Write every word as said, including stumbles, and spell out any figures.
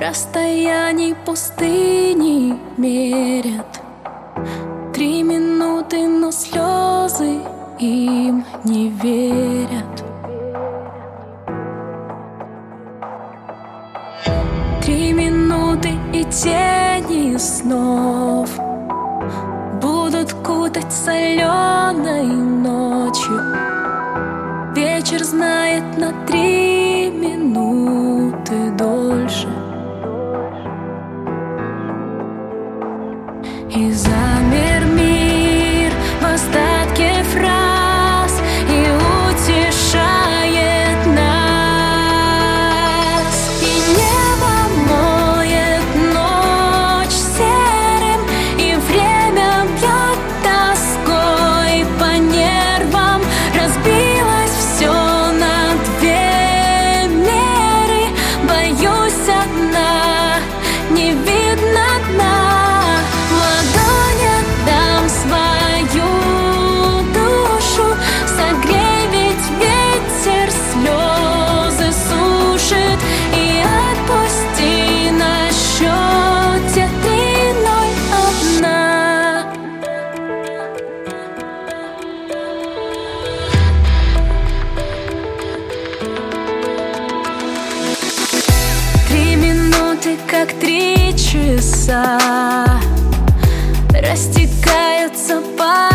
Расстояний пустыни мерят. Три минуты, но слезы им не верят. Три минуты и тени снов будут кутать соленой ночью. Вечер знает на три минуты дольше. И замер мир в остатке фраз и утешает нас. И небо моет ночь серым, и время бьет тоской по нервам. Разбилось все на две меры. Боюсь одна, не видно дна. Как три часа растекаются по